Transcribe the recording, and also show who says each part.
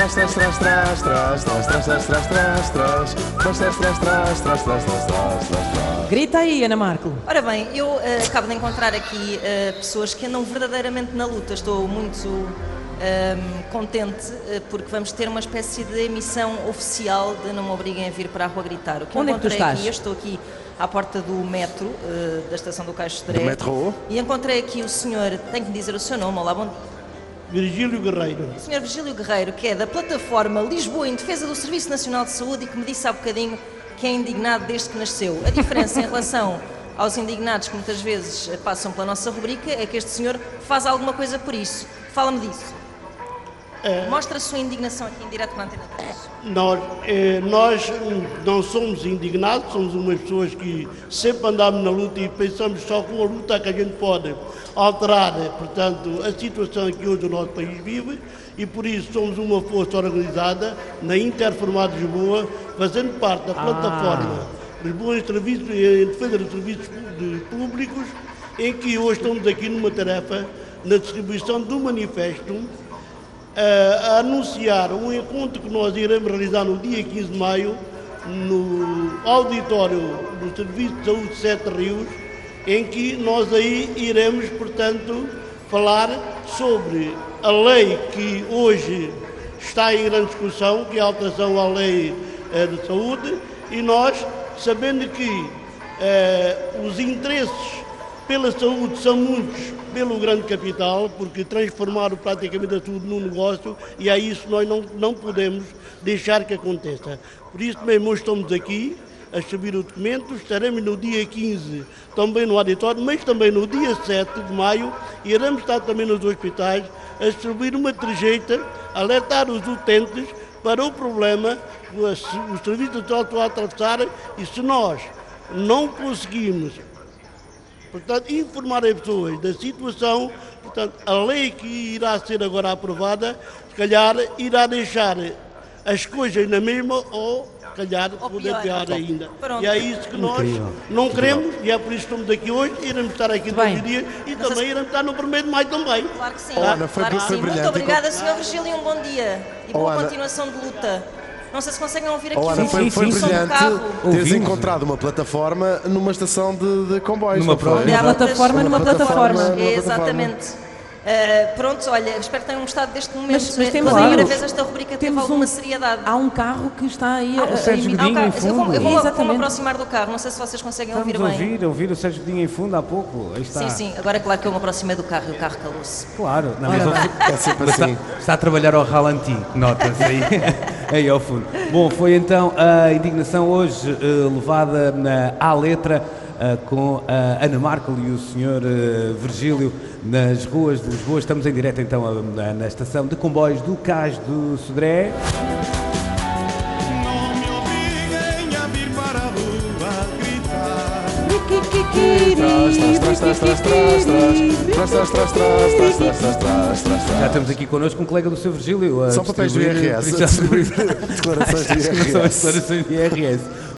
Speaker 1: Grita aí, Ana Marco.
Speaker 2: Ora bem, eu acabo de encontrar aqui pessoas que andam verdadeiramente na luta. Estou muito contente porque vamos ter uma espécie de emissão oficial de Não Me Obriguem a Vir para a Rua Gritar. O que
Speaker 1: Onde é que tu estás?
Speaker 2: aqui, eu estou aqui à porta do metro, da estação do Caixo de Sodré.
Speaker 3: Do metro?
Speaker 2: E encontrei aqui o senhor, tenho que dizer o seu nome, olá, bom dia.
Speaker 4: Virgílio Guerreiro.
Speaker 2: O senhor Virgílio Guerreiro, que é da plataforma Lisboa em Defesa do Serviço Nacional de Saúde e que me disse há bocadinho que é indignado desde que nasceu. A diferença em relação aos indignados que muitas vezes passam pela nossa rubrica é que este senhor faz alguma coisa por isso. Fala-me disso. Mostra a sua indignação aqui em direto na Antena 3.
Speaker 4: Nós não somos indignados, somos umas pessoas que sempre andamos na luta e pensamos só com a luta que a gente pode alterar, portanto, a situação que hoje o nosso país vive, e por isso somos uma força organizada na Interformado de Lisboa, fazendo parte da plataforma Lisboa em Defesa dos Serviços Públicos, em que hoje estamos aqui numa tarefa na distribuição do manifesto a anunciar um encontro que nós iremos realizar no dia 15 de maio no auditório do Serviço de Saúde de Sete Rios, em que nós aí iremos, portanto, falar sobre a lei que hoje está em grande discussão, que é a alteração à lei de saúde, e nós, sabendo que os interesses pela saúde são muitos pelo grande capital, porque transformaram praticamente a saúde num negócio, e é isso que nós não podemos deixar que aconteça. Por isso mesmo hoje estamos aqui a subir o documento, estaremos no dia 15 também no auditório, mas também no dia 7 de maio iremos estar também nos hospitais a distribuir uma trejeita, alertar os utentes para o problema que os serviços de saúde estão a atravessar, e se nós não conseguimos, portanto, informar as pessoas da situação, portanto, a lei que irá ser agora aprovada, se calhar irá deixar as coisas na mesma ou, se calhar, poder pior ainda.
Speaker 2: Pronto.
Speaker 4: E é isso que nós não queremos, e é por isso que estamos aqui hoje, iremos estar aqui todos os dias e também iremos estar no 1º de maio também.
Speaker 2: Claro que sim.
Speaker 3: Ana, foi
Speaker 2: claro que sim.
Speaker 3: brilhante.
Speaker 2: Muito obrigada, Sr. Virgílio, um bom dia e boa
Speaker 3: Ana.
Speaker 2: continuação de luta. Não sei se conseguem ouvir aqui
Speaker 3: Ana,
Speaker 2: o
Speaker 3: foi
Speaker 2: som do
Speaker 3: brilhante
Speaker 2: carro.
Speaker 3: teres
Speaker 1: Ouvimos.
Speaker 3: encontrado uma plataforma numa estação de comboios.
Speaker 1: Numa
Speaker 3: não foi?
Speaker 1: própria plataforma, numa plataforma.
Speaker 2: Exatamente. Pronto, olha, espero que tenham gostado deste momento.
Speaker 1: Mas temos
Speaker 2: Pela
Speaker 1: aí
Speaker 2: primeira
Speaker 1: um-
Speaker 2: vez esta rubrica teve
Speaker 1: temos
Speaker 2: alguma
Speaker 1: um-
Speaker 2: seriedade.
Speaker 1: Há um carro que está aí a
Speaker 5: Sérgio
Speaker 1: emitir.
Speaker 5: Godinho em fundo.
Speaker 2: Eu vou me
Speaker 1: Exatamente.
Speaker 2: aproximar do carro, não sei se vocês conseguem
Speaker 5: Estamos
Speaker 2: ouvir bem.
Speaker 5: a ouvir o Sérgio Godinho em fundo há pouco. Aí está.
Speaker 2: Sim, sim, agora é claro que eu me aproximei do carro e o carro calou-se.
Speaker 5: Claro. Não, mas
Speaker 3: É sempre assim.
Speaker 5: está a trabalhar ao ralenti, nota-se aí, aí ao fundo. Bom, foi então a indignação hoje levada à letra com a Ana Marco e o Sr. Virgílio nas ruas de Lisboa. Estamos em direto então na estação de comboios do Cais do Sodré.
Speaker 6: Não me obriguem a vir para a rua gritar.
Speaker 5: Já temos aqui connosco um colega do Sr. Virgílio.
Speaker 3: São papéis do IRS. Declarações do IRS.
Speaker 5: São as declarações do IRS.